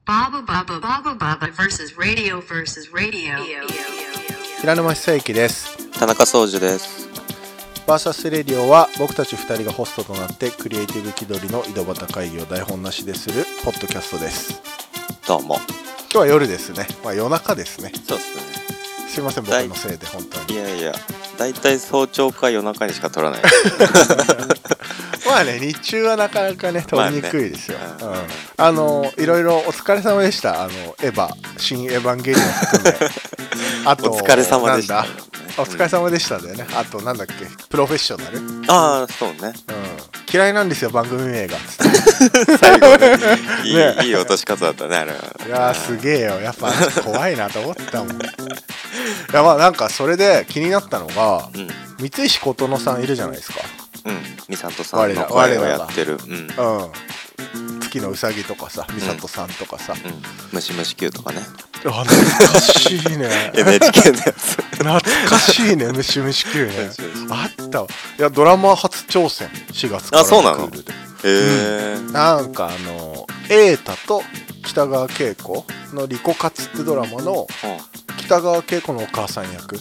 Baba Baba Baba Baba vs Radio vs Radio。 平沼久之です。 田中総司です。 バーサスレディオは僕たち2人がホストとなってクリエイティブ気取りの井戸端会議を台本なしでするポッドキャストです。 どうも。 今日は夜ですね。夜中ですね。 そうですね。 すいません、僕のせいで本当に。 いやいや、だいたい早朝か夜中にしか撮らない。 まあね、日中はなかなかね撮りにくいですよ。いろいろお疲れ様でした。新エヴァンゲリオン含めあとお疲れ様でした。 お疲れ様でしただよね。あとなんだっけ、プロフェッショナル。 ああ、そうね。 嫌いなんですよ番組名が。 最後ね、いい落とし方だったねあれは。 いやすげえよ、やっぱ怖いなと思ったもん。いやなんかそれで気になったのが、三石琴乃さんいるじゃないですか。 美里さんの声をやってる。 月のうさぎとかさ、美里さんとかさ、 ムシムシ Q とかね。 懐かしいね。 NHK のやつ。 懐かしいね、ムシムシ Q ね。あったわ。いやドラマ初挑戦4月から。 あ、そうなの。 なんか瑛太と北川景子のリコカツってドラマの北川景子のお母さん役。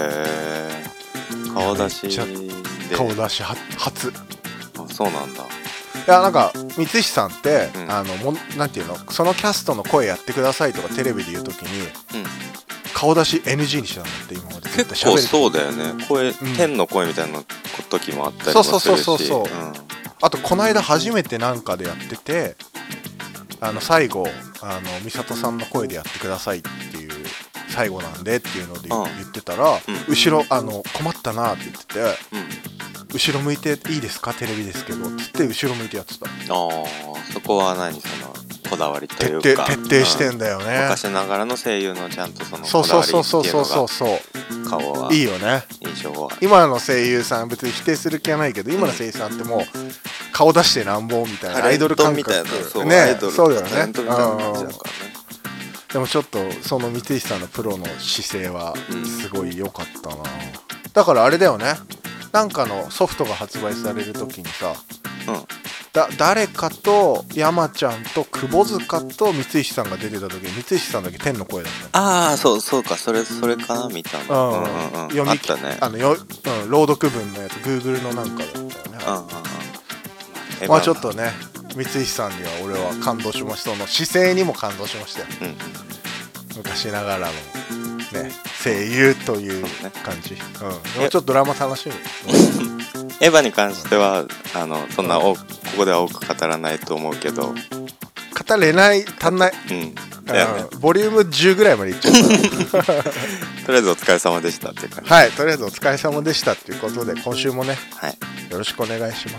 顔出し初。 あ、そうなんだ。 いやなんか三石さんって、なんていうの、そのキャストの声やってくださいとかテレビで言うときに、顔出し NG にしてたのって今まで絶対喋れて。 結構そうだよね。天の声みたいな時もあったりもするし。そう。 あとこの間初めてなんかでやってて、最後美里さんの声でやってくださいっていう、最後なんでっていうので言ってたら、後ろ困ったなって言ってて、後ろ向いていいですかテレビですけどつって後ろ向いてやってた。 そこは何、そのこだわりというか徹底してんだよね。 昔ながらの声優のちゃんとそのこだわりっていうのが顔はいいよね。 印象は今の声優さん別に否定する気はないけど、今の声優さんってもう顔出してなんぼみたいな、アイドル感覚みたいな。 そうだよね。 でもちょっとその三石さんのプロの姿勢はすごい良かったな。だからあれだよね、なんかのソフトが発売される時にさ、誰かと山ちゃんと窪塚と三石さんが出てた時に三石さんだけ天の声だった。 ああ、そうか、それかなみたいな。 読みあったね。朗読文のやつ Google のなんかだったよね。まあちょっとね、三石さんには俺は感動しました。その姿勢にも感動しましたよ。昔ながらのね声優という感じ。ちょっとドラマ楽しみ。 エヴァに関してはそんなここでは多く語らないと思うけど、 語れない、足んない。ボリューム10ぐらいまでいっちゃうからとりあえずお疲れ様でしたっていう感じ。 はい、とりあえずお疲れ様でしたっていうことで、今週もね、よろしくお願いします。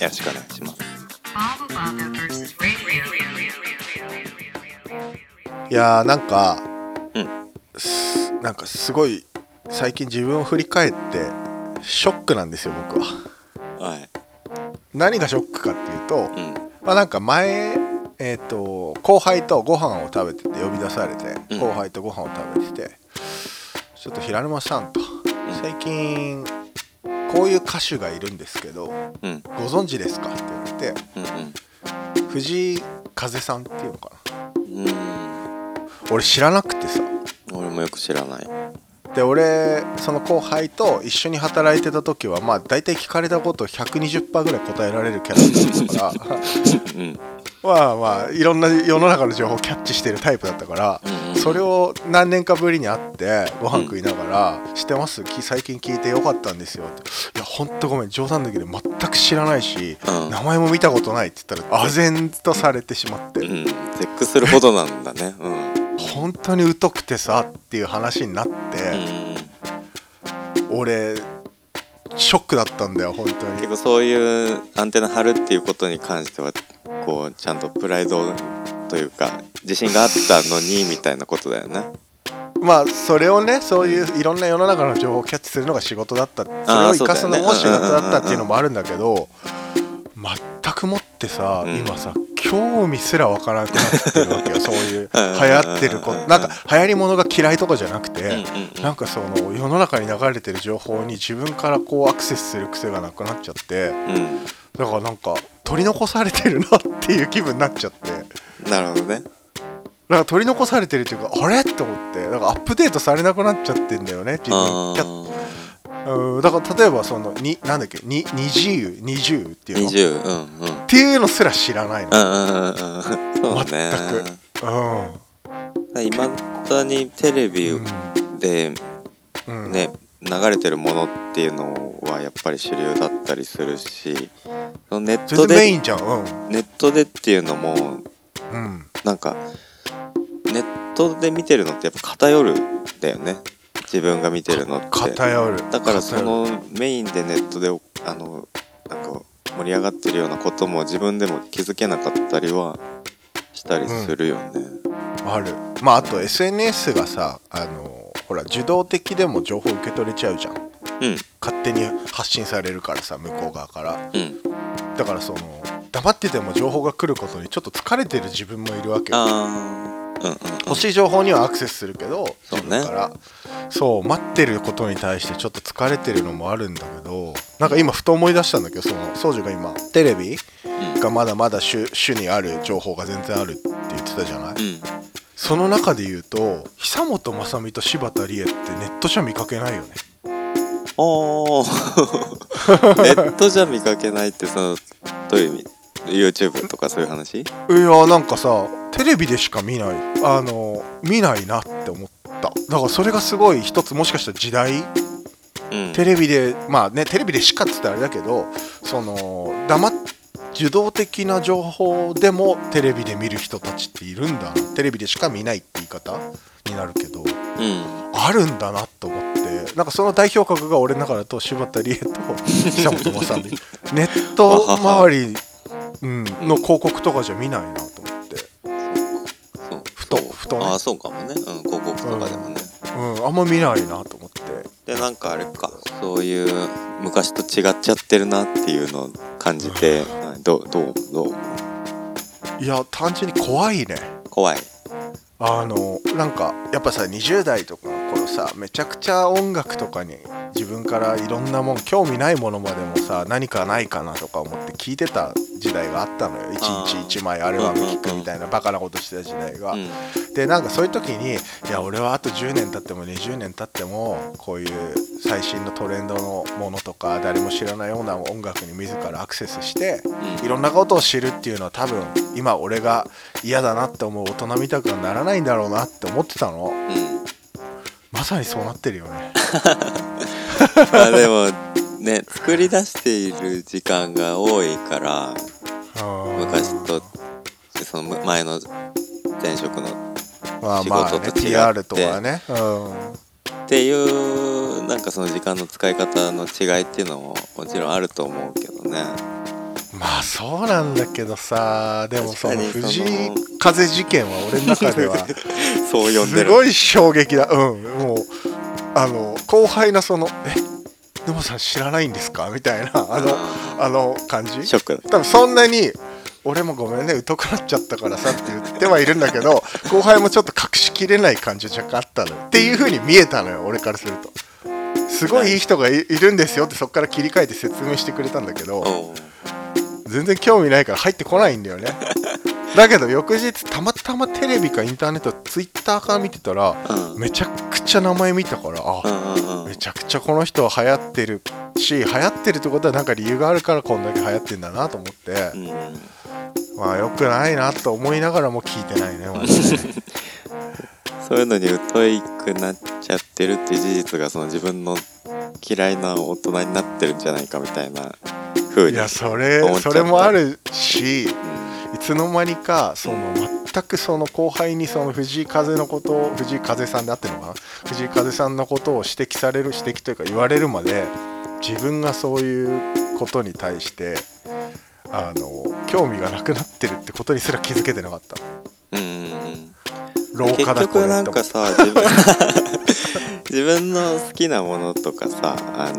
よろしくお願いします。 いやーなんかすごい最近自分を振り返ってショックなんですよ僕は。何がショックかっていうと、なんか前後輩とご飯を食べてて、呼び出されて、後輩とご飯を食べてて、ちょっと平沼さんと、最近こういう歌手がいるんですけど、ご存知ですかって言われて、藤井風さんっていうのかな。俺知らなくてさ。 俺もよく知らない。 で俺その後輩と一緒に働いてた時は大体聞かれたこと 120% ぐらい答えられるキャラだったからいろんな世の中の情報をキャッチしてるタイプだったから、それを何年かぶりに会ってご飯食いながら「知ってます？最近聞いてよかったんですよ」って「いやほんとごめん、冗談だけど全く知らないし、名前も見たことない」って言ったら唖然とされてしまって、 絶句するほどなんだね。 本当に疎くてさっていう話になって、俺ショックだったんだよ本当に。 結構そういうアンテナ張るっていうことに関してはこうちゃんとプライドというか自信があったのにみたいなことだよね。 それをね、そういういろんな世の中の情報をキャッチするのが仕事だった、それを生かすのも仕事だったっていうのもあるんだけど、全くもってさ、今さ興味すらわからなくなってるわけよ。そういう流行ってること、なんか流行り物が嫌いとかじゃなくて、なんかその世の中に流れてる情報に自分からこうアクセスする癖がなくなっちゃって、だからなんか取り残されてるなっていう気分になっちゃって。 なるほどね。 なんか取り残されてるっていうか、あれって思って、なんかアップデートされなくなっちゃってんだよね自分。だから例えばそのなんだっけ20っていうの 20、 っていうのすら知らないの。 そうね。 全く。 いまだにテレビでね、流れてるものっていうのはやっぱり主流だったりするし、ネット全然メイでンじゃん。 ネットでっていうのもなんかネットで見てるのってやっぱ偏るんだよね、自分が見てるのって。 偏る。 だからそのメインでネットでなんか盛り上がってるようなことも自分でも気づけなかったりはしたりするよね。 ある。まああと SNS がさ、ほら受動的でも情報受け取れちゃうじゃん。勝手に発信されるからさ、向こう側から。だからその黙ってても情報が来ることにちょっと疲れてる自分もいるわけよ。欲しい情報にはアクセスするけど、自分からそう待ってることに対してちょっと疲れてるのもあるんだけど、なんか今ふと思い出したんだけど、その宗樹が今テレビがまだまだ主にある情報が全然あるって言ってたじゃない。その中で言うと久本雅美と柴田理恵ってネットじゃ見かけないよね。 ネットじゃ見かけないってどういう意味？ YouTube とかそういう話？いやなんかさ、テレビでしか見ない見ないなって思った。だからそれがすごい一つ、もしかしたら時代、テレビでまあね、テレビでしかっつってあれだけど、その受動的な情報でもテレビで見る人たちっているんだな。テレビでしか見ないって言い方になるけど、あるんだなと思って、なんかその代表格が俺の中だと柴田理恵と久本雅美ネット周りの広告とかじゃ見ないなと思って。ふとね。 そうかもね。広告とかでもね。 あんま見ないなと思って。 でなんかあれか、そういう昔と違っちゃってるなっていうのを感じて、どう？ いや単純に怖いね。 怖い。 なんかやっぱさ、20代とかの頃さ、めちゃくちゃ音楽とかに自分からいろんなもん、興味ないものまでもさ、何かないかなとか思って聞いてた時代があったのよ。1日1枚アルバム聴くみたいなバカなことしてた時代が。でなんかそういう時に、いや俺はあと10年経っても20年経ってもこういう最新のトレンドのものとか誰も知らないような音楽に自らアクセスしていろんなことを知るっていうのは、多分今俺が嫌だなって思う大人みたくはならないんだろうなって思ってたの。まさにそうなってるよね。 でもね、作り出している時間が多いから、昔とその前の前職の仕事と違って、 PR とかね、 っていうなんかその時間の使い方の違いっていうのももちろんあると思うけどね。 まあそうなんだけどさ、でもその藤井風事件は俺の中ではそう呼んでる。 すごい衝撃だ。もう後輩のそのでもさん知らないんですかみたいなあの感じ、 ショックだ。 多分そんなに俺もごめんね疎くなっちゃったからさって言ってはいるんだけど、後輩もちょっと隠しきれない感じ若干あったのよっていう風に見えたのよ、俺からすると。すごいいい人がいるんですよってそっから切り替えて説明してくれたんだけど、全然興味ないから入ってこないんだよね。だけど翌日たまたまテレビかインターネット、ツイッターから見てたら、めちゃくちゃ名前見たから、めちゃくちゃこの人は流行ってるし、流行ってるってことはなんか理由があるからこんだけ流行ってんだなと思って、まあ良くないなと思いながらも聞いてないね、マジで。 そういうのに疎いくなっちゃってるっていう事実が、その自分の嫌いな大人になってるんじゃないかみたいな風に。 いやそれもあるし、いつの間にかその全くその後輩にその藤井風のことを、藤井風さんであってるのかな、藤井風さんのことを指摘というか言われるまで、自分がそういうことに対して興味がなくなってるってことにすら気づけてなかった。廊下だ。 結局なんかさ、自分の好きなものとかさ、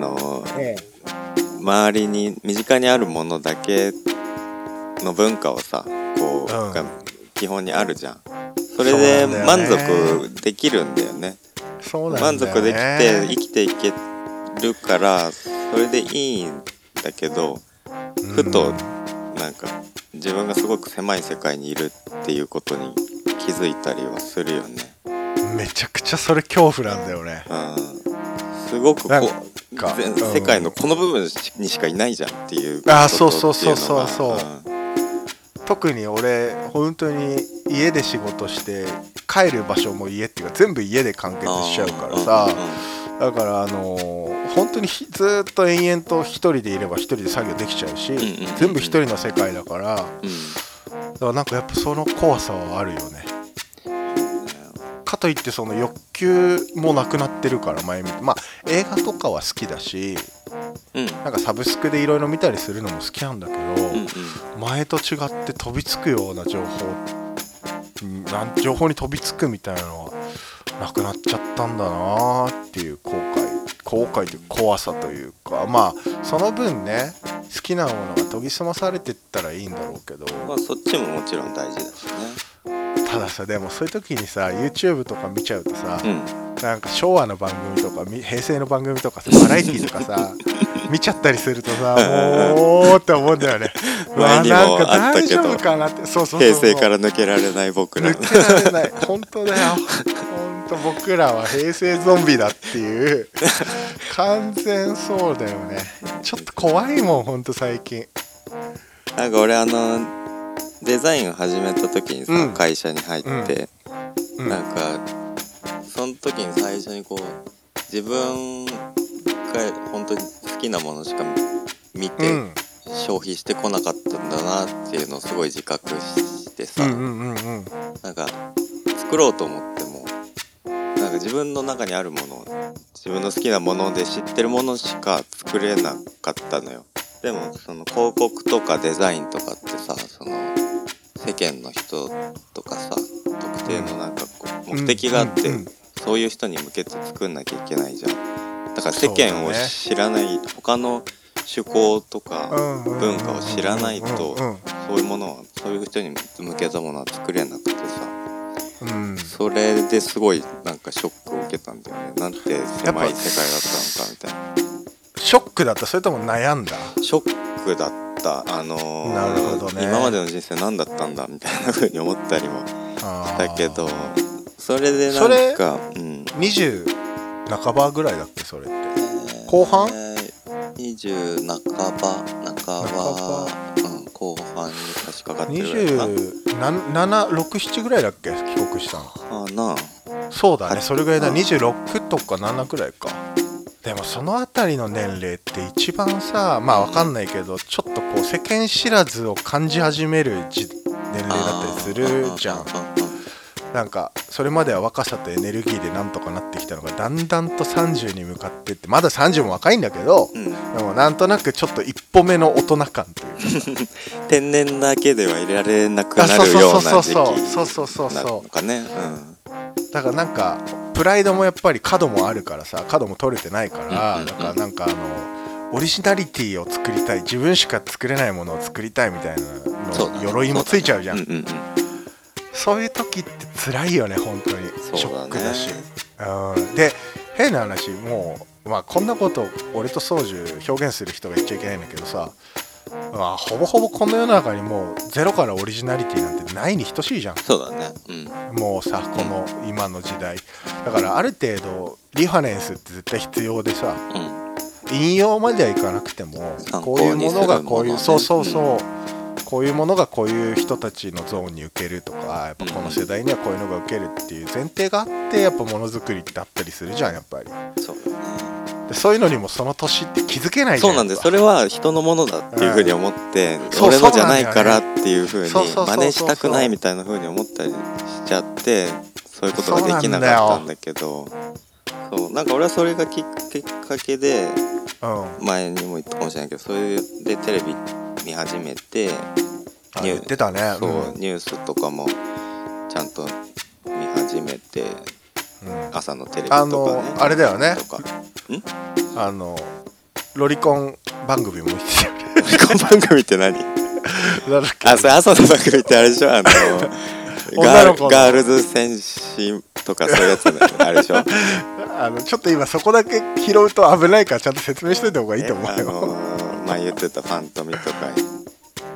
周りに身近にあるものだけの文化をさ、こう、が基本にあるじゃん。それで満足できるんだよね。満足できて生きていけるから、それでいいんだけど、ふとなんか自分がすごく狭い世界にいるっていうことに気づいたりはするよね。 めちゃくちゃそれ恐怖なんだよね。 すごくこう世界のこの部分にしかいないじゃんっていうことっていうのが、 そう、特に俺本当に家で仕事して帰る場所も家っていうか全部家で完結しちゃうからさ、だから本当にずっと延々と一人でいれば一人で作業できちゃうし、全部一人の世界だから、だからなんかやっぱその怖さはあるよね。かといってその欲求もなくなってるから前見て、まあ映画とかは好きだし、なんかサブスクでいろいろ見たりするのも好きなんだけど、前と違って飛びつくような情報に飛びつくみたいなのはなくなっちゃったんだなーっていう後悔という怖さというか、まあその分ね好きなものが研ぎ澄まされてったらいいんだろうけど、 まあそっちももちろん大事だしね。 たださ、でもそういう時にさ YouTube とか見ちゃうとさ、なんか昭和の番組とか平成の番組とかさバラエティとかさ見ちゃったりするとさもうって思うんだよね。 前にもあったけど、 大丈夫かなって。そう平成から抜けられない僕ら、 抜けられない本当だよ。本当僕らは平成ゾンビだっていう完全そうだよね。ちょっと怖いもん本当最近。 なんか俺デザインを始めた時にさ、会社に入って、なんかその時に最初にこう自分が本当に好きなものしか見て、消費してこなかったんだなっていうのをすごい自覚してさ、なんか作ろうと思ってもなんか自分の中にあるもの、自分の好きなもので知ってるものしか作れなかったのよ。でもその広告とかデザインとかってさ、その世間の人とかさ、特定のなんかこう目的があって、そういう人に向けて作んなきゃいけないじゃん。だから世間を知らない、他の趣向とか文化を知らないと、そういうものはそういう人に向けたものは作れなくてさ、それですごいなんかショックを受けたんだよね。なんて狭い世界だったのかみたいな。 ショックだった？それとも悩んだ？ ショックだった。なるほどね。今までの人生何だったんだみたいな風に思ったりもしたけど、それでなんか、 20半ばぐらいだっけそれって、後半 ？20半ば、後半に差し掛かってるぐらいかな。27、6、7ぐらいだっけ帰国したの。そうだね、それぐらいだ。26とか7ぐらいか。でもそのあたりの年齢って一番さ、まあわかんないけどちょっとこう世間知らずを感じ始める年齢だったりするじゃん。なんかそれまでは若さとエネルギーでなんとかなってきたのがだんだんと30に向かってって、まだ30も若いんだけど、でもなんとなくちょっと一歩目の大人感というか天然だけではいられなくなるような時期なのかね。 だからなんかプライドもやっぱり角もあるからさ、角も取れてないから、だからなんかオリジナリティを作りたい、自分しか作れないものを作りたいみたいなの鎧もついちゃうじゃん。そういう時って辛いよね本当に。ショックだし、で変な話、もうまあこんなこと俺と宗樹表現する人が言っちゃいけないんだけどさ、まあ、ほぼほぼこの世の中にもうゼロからオリジナリティなんてないに等しいじゃん。 そうだね、 もうさこの今の時代だからある程度リファレンスって絶対必要でさ、引用まではいかなくてもこういうものがこういう、こういうものがこういう人たちのゾーンに受けるとか、やっぱこの世代にはこういうのが受けるっていう前提があってやっぱものづくりってあったりするじゃんやっぱり。そういうのにもその年って気づけないじゃん。 そうなんで、それは人のものだっていうふうに思って、俺のじゃないからっていうふうに真似したくないみたいなふうに思ったりしちゃって、そういうことができなかったんだけど、そうなんか俺はそれがきっかけで、前にも言ったかもしれないけど、それでテレビ見始めて、 言ってたね。 そう、ニュースとかもちゃんと見始めて、朝のテレビとかね、 あれだよね、ロリコン番組も見てたよね。 ロリコン番組って何？それ朝の番組ってあれでしょ、ガールズ戦士とかそういうやつあれでしょ。 ちょっと今そこだけ拾うと危ないからちゃんと説明しといた方がいいと思うよ。 前言ってたファントミとか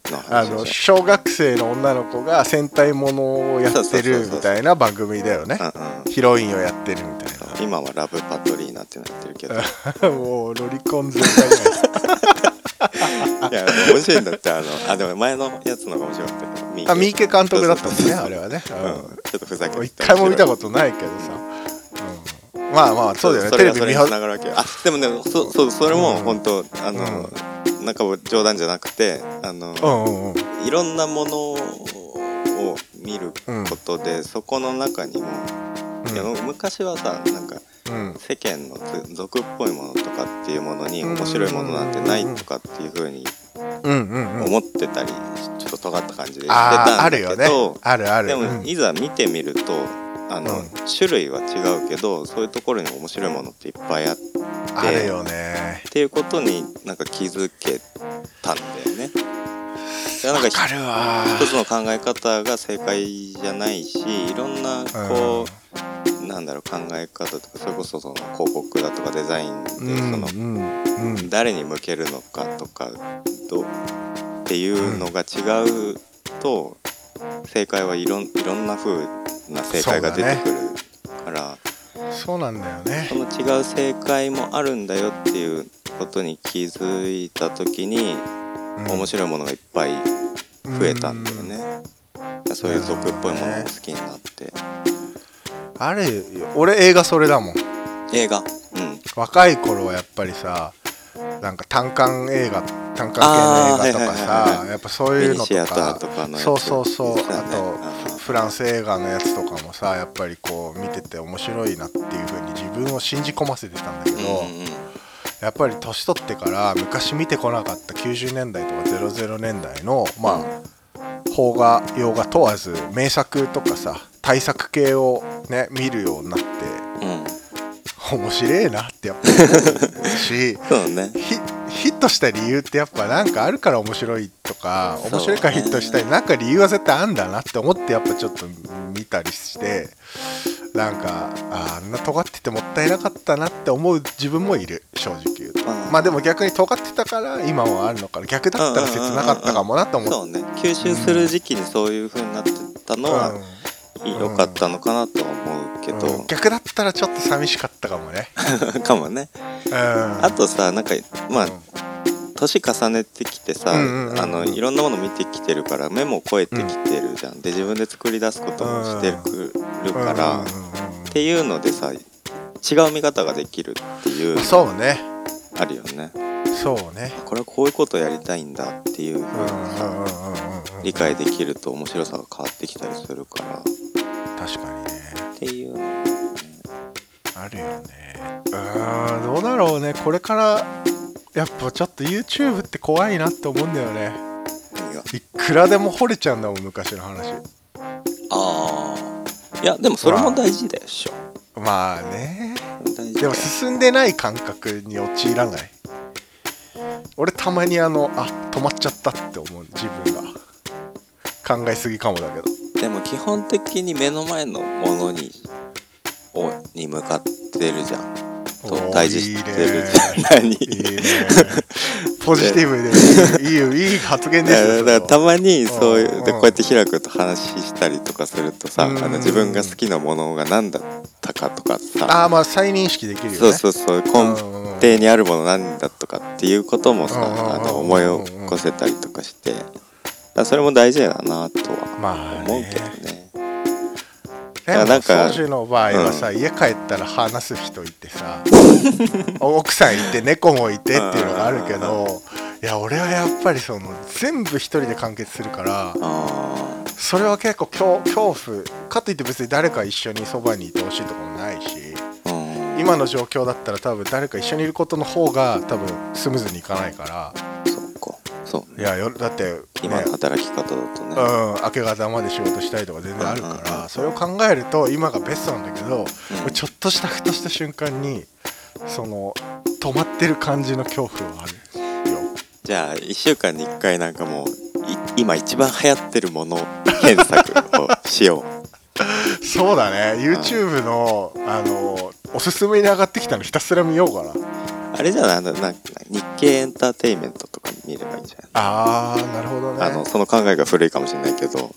小学生の女の子が戦隊ものをやってるみたいな番組だよね。ヒロインをやってるみたいな。 今はラブパトリーナってなってるけどもうロリコン全開じゃないですか。 いや面白いんだってでも前のやつのが面白かったけど、 三池監督だったんですね、あれはね。 ちょっとふざけて一回も見たことないけどさ、まあまあそうだよね。テレビ見ながらでもね、それも本当なんか冗談じゃなくていろんなものを見ることで、そこの中にも昔はさ、なんか世間の俗っぽいものとかっていうものに面白いものなんてないとかっていう風に思ってたり、ちょっと尖った感じでしてたんだけど、でもいざ見てみると種類は違うけど、そういうところに面白いものっていっぱいあってあるよねっていうことになんか気づけたんだよね。なんか一つの考え方が正解じゃないし、いろんなこう、なんだろう、考え方とか、それこそその広告だとかデザインでその誰に向けるのかとかっていうのが違うと、正解はいろんな風な正解が出てくるから、 そうなんだよね。 その違う正解もあるんだよっていうことに気づいた時に、面白いものがいっぱい増えたんだよね。そういう俗っぽいものを好きになって。 あれ、俺映画それだもん。 映画、 若い頃はやっぱりさ、なんか単館系の映画とかさ、やっぱそういうのとか、そうあとフランス映画のやつとかもさ、やっぱりこう見てて面白いなっていう風に自分を信じ込ませてたんだけど、やっぱり年取ってから昔見てこなかった90年代とか00年代のまあ邦画洋画問わず名作とかさ、大作系をね見るようになって、面白いなってやっぱ思うしそうね、 ヒットした理由ってやっぱなんかあるから面白いとか、面白いからヒットしたり、なんか理由は絶対あんだなって思ってやっぱちょっと見たりして、なんかあんな尖っててもったいなかったなって思う自分もいる、正直言うと。まあでも逆に尖ってたから今はあるのかな、逆だったら切なかったかもなと思って、 そうね、吸収する時期にそういう風になってたのは良かったのかなとは思うけど、 逆だったらちょっと寂しかったかもねかもね。あとさ、なんかまあ年重ねてきてさ、いろんなもの見てきてるから目も超えてきてるじゃん。で自分で作り出すこともしてくるからっていうのでさ、違う見方ができるっていうのそうね、 あるよね。 そうね、 これはこういうことをやりたいんだっていう風にさ理解できると面白さが変わってきたりするから。 確かにねっていうのあるよね。どうだろうね、これからやっぱちょっと YouTube って怖いなって思うんだよね。いくらでも掘れちゃうんだもん、昔の話。 いやでもそれも大事でしょ。 まあね、でも進んでない感覚に陥らない？俺たまに止まっちゃったって思う、自分が。考えすぎかもだけど。 でも基本的に目の前のものに向かってるじゃん。対峙してるじゃん。 いいねポジティブでいい発言ですよ。 だからたまにそういうでこうやって開くと話したりとかするとさ、自分が好きなものが何だったかとかさ、 まあ再認識できるよね。 そう根底にあるもの何だとかっていうこともさ、思い起こせたりとかして、それも大事だなとは思うけどね。 でも宗樹の場合はさ、家帰ったら話す人いてさ奥さんいて猫もいてっていうのがあるけど、いや俺はやっぱりその全部一人で完結するから、それは結構恐怖かといって、別に誰か一緒にそばにいてほしいとかもないし、今の状況だったら多分誰か一緒にいることの方が多分スムーズにいかないから。 そう、 いやだって、 今の働き方だとね、 明け方まで仕事したりとか全然あるから、それを考えると今がベストなんだけど、ちょっとしたふとした瞬間にその止まってる感じの恐怖はあるよ。 じゃあ1週間に1回なんかもう今一番流行ってるもの検索をしようそうだね、YouTube のおすすめに上がってきたのひたすら見ようかな。 あれじゃない、なんか日経エンターテインメントとか見ればいいんじゃない？ あー、なるほどね。 その考えが古いかもしれないけど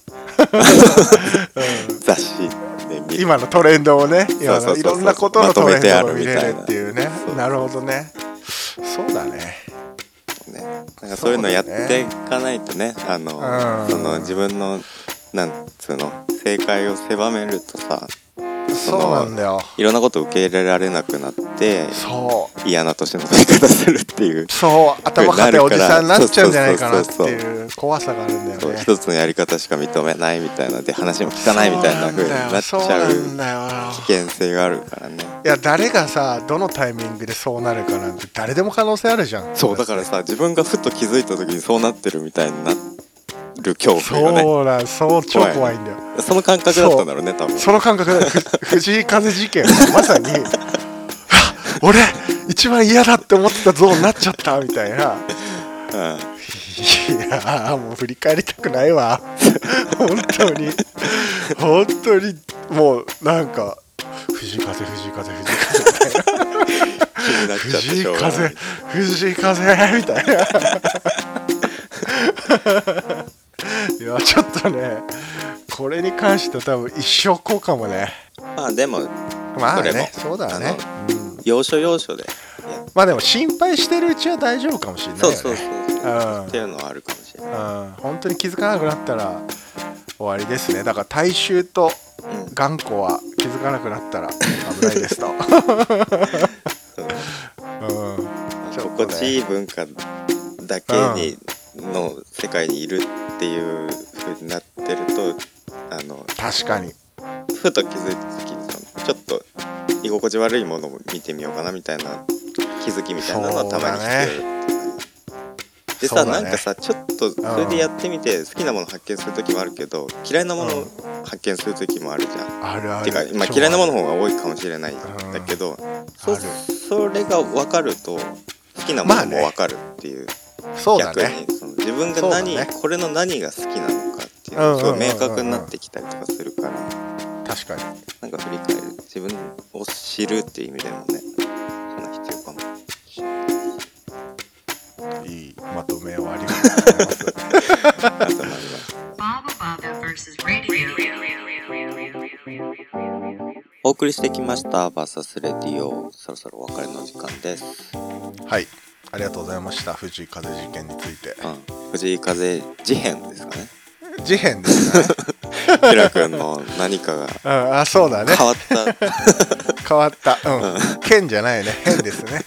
雑誌で見る、 今のトレンドをね、今のいろんなことのトレンドを見れるっていうね。なるほどね。そうだね。 なんかそういうのやっていかないとね、その自分のなんつうの正解を狭めるとさ、 そうなんだよ。 いろんなこと受け入れられなくなって、 そう嫌な年の取り方するっていう、 そう頭固いおじさんになっちゃうんじゃないかなっていう怖さがあるんだよね。 一つのやり方しか認めないみたいなで話も聞かないみたいな風になっちゃう危険性があるからね。 いや誰がさどのタイミングでそうなるかなんて誰でも可能性あるじゃん。 そうだからさ、自分がふと気づいた時にそうなってるみたいになる恐怖がね。 そうだ、そう超怖いんだよ。 その感覚だったんだろうね、多分。 その感覚で藤井風事件まさに俺一番嫌だって思ってたゾーンになっちゃったみたいな。いやもう振り返りたくないわ本当に本当にもうなんか藤井風みたいな藤井風みたいないやちょっとねこれに関しては多分一生こうかもね。 まあでもまあねそうだね、 要所要所でまあでも心配してるうちは大丈夫かもしれないよね。 そうっていうのはあるかもしれない。 本当に気づかなくなったら終わりですね。だから大衆と頑固は気づかなくなったら危ないですと心地いい文化だけにの世界にいるっていう風になってると確かにふと気づいた時にちょっと居心地悪いものを見てみようかなみたいな気づきみたいなのはたまに必要でさ、なんかさちょっとそれでやってみて好きなもの発見する時もあるけど嫌いなものを発見する時もあるじゃん。 あるある。 てか、まあ、嫌いなものの方が多いかもしれないんだけど、それが分かると好きなものも分かるっていう、 そうだね、 逆にその自分がこれの何が好きなのかっていうのがすごい明確になってきたりとかするから、 確かになんか振り返る自分を知るっていう意味でもね、そんな必要かも。 いいまとめをありがとうございますお送りしてきましたバーサスレディオ、そろそろお別れの時間です。 はい、ありがとうございました。藤井風事件について、 藤井風事変ですかね。 事変ですねひらくんの何かがそうだね変わった変わった変じゃないね、変ですね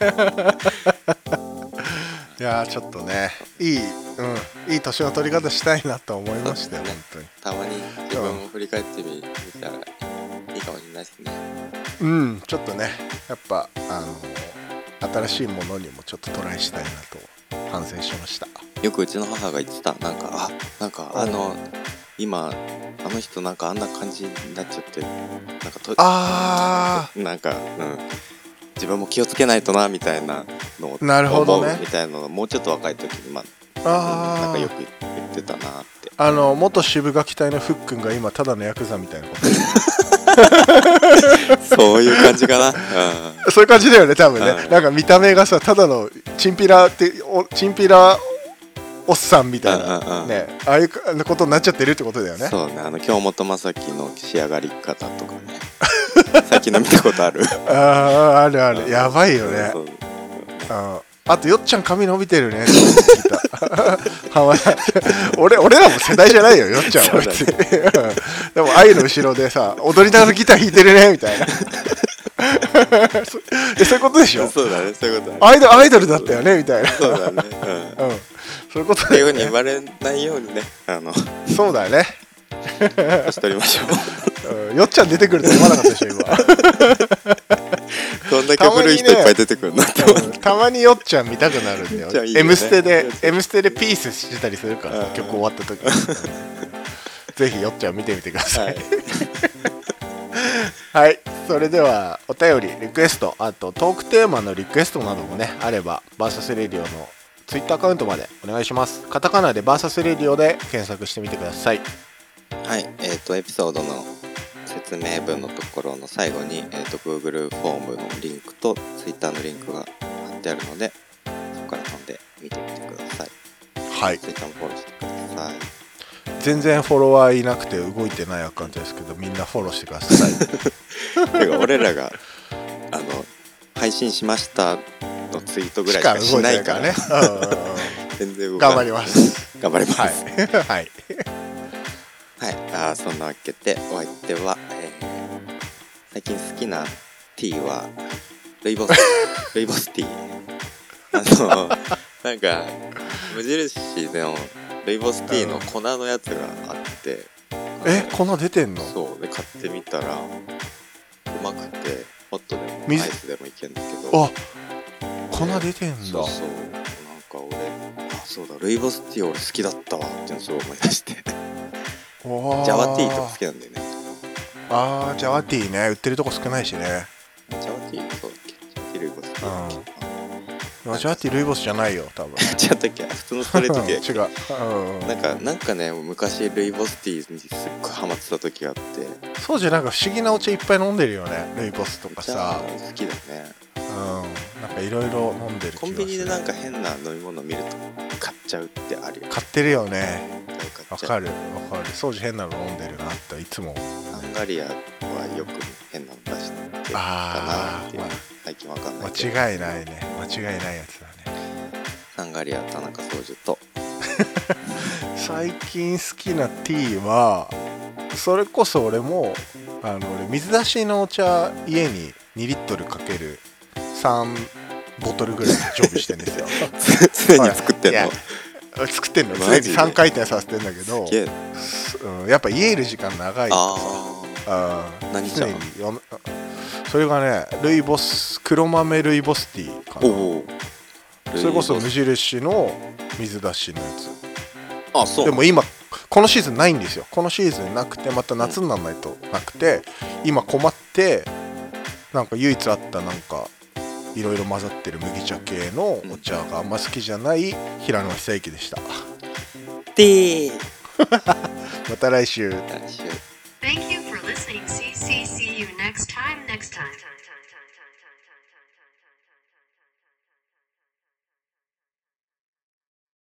いやちょっとねいい年の取り方したいなと思いましたよ、ね、本当に。 たまに自分を振り返ってみたらいいかもしれないですね。 ちょっとねやっぱ新しいものにもちょっとトライしたいなと反省しました。 よくうちの母が言ってた、なんか今あの人なんかあんな感じになっちゃってなんか自分も気をつけないとなみたいなのを思うみたいなのをもうちょっと若い時になんかよく言ってたなって。 元渋垣隊のフックンが今ただのヤクザみたいなことそういう感じかな、 そういう感じだよね多分ね、なんか見た目がさただのチンピラおっさんみたいな、ね、ああいうことになっちゃってるってことだよね。 そうね、京本政樹の仕上がり方とかね最近の見たことあるあるある、やばいよね。あとよっちゃん髪伸びてるねって聞いた俺らも世代じゃないよよっちゃんは別にでも愛の後ろでさ踊りながらギター弾いてるねみたいなそういうことでしょ。 そうだね、そういうことだね。アイドルだったよねみたいな。 そうだね、 そういうことだよね。 っていうふうに言われないようにね、 そうだね年取りましょうよっちゃん出てくると思わなかったでしょ今こんだけ古い人いっぱい出てくるなってたまによっちゃん見たくなるんだよ。Mステでピースしてたりするから曲終わった時ぜひよっちゃん見てみてくださいはい、それではお便りリクエスト、あとトークテーマのリクエストなどもねあればバーサスレディオのツイッターアカウントまでお願いします。カタカナでバーサスレディオで検索してみてください。 はい、エピソードの説明文のところの最後に、Google フォームのリンクと Twitter のリンクが貼っってあるので、そこから飛んで見てみてください。 はい。 ツイッターもフォローしてください。 全然フォロワーいなくて動いてないアカウントですけど、みんなフォローしてください。 てか俺らが配信しましたのツイートぐらいしかしないからね。全然動かない。 頑張ります。 頑張ります。 はい。 はい。そんなわけでお相手は、最近好きなティーはルイボスティー。なんか無印のルイボスティーの粉のやつがあって、 粉出てんの？ そうで買ってみたらうまくて、ホットでもアイスでもいけんだけど、 粉出てんだ。 そうなんか俺そうだ、ルイボスティー俺好きだったわっていうのをすごい思い出してジャワティーとか好きなんだよね。 ジャワティーね、売ってるとこ少ないしね。 ジャワティーそうだっけ？ジャワティールイボスティージャワティールイボスじゃないよ多分。 違ったっけ？普通のストレートティーだっけ？ 違う。 なんかね、昔ルイボスティーにすっごいハマってた時があって。 そうじゃ、なんか不思議なお茶いっぱい飲んでるよね、ルイボスとかさ。 好きだね。 なんかいろいろ飲んでる気がする。 コンビニでなんか変な飲み物見ると買っちゃうってあるよね。 買ってるよね。わかる。そうじ変なの飲んでるなっていつも。 ハンガリアはよく変なの出してるかなっていう。最近わかんないけど。 間違いないね。間違いないやつだね。 ハンガリア田中総司と最近好きなティーは、それこそ俺も水出しのお茶家に2リットルかける3ボトルぐらい常備してるんですよ。 常に作ってんの？ 作ってんの。常に3回転させてんだけど、やっぱ家いる時間長いとさ、 何茶？ それがね、ルイボス黒豆ルイボスティーかな。それこそ無印の水出しのやつ。でも今このシーズンないんですよ。このシーズンなくて、また夏にならないとなくて、今困ってなんか唯一あったなんかいろいろ混ざってる麦茶系のお茶があんま好きじゃない平野久之でした。 でまた来週。 来週。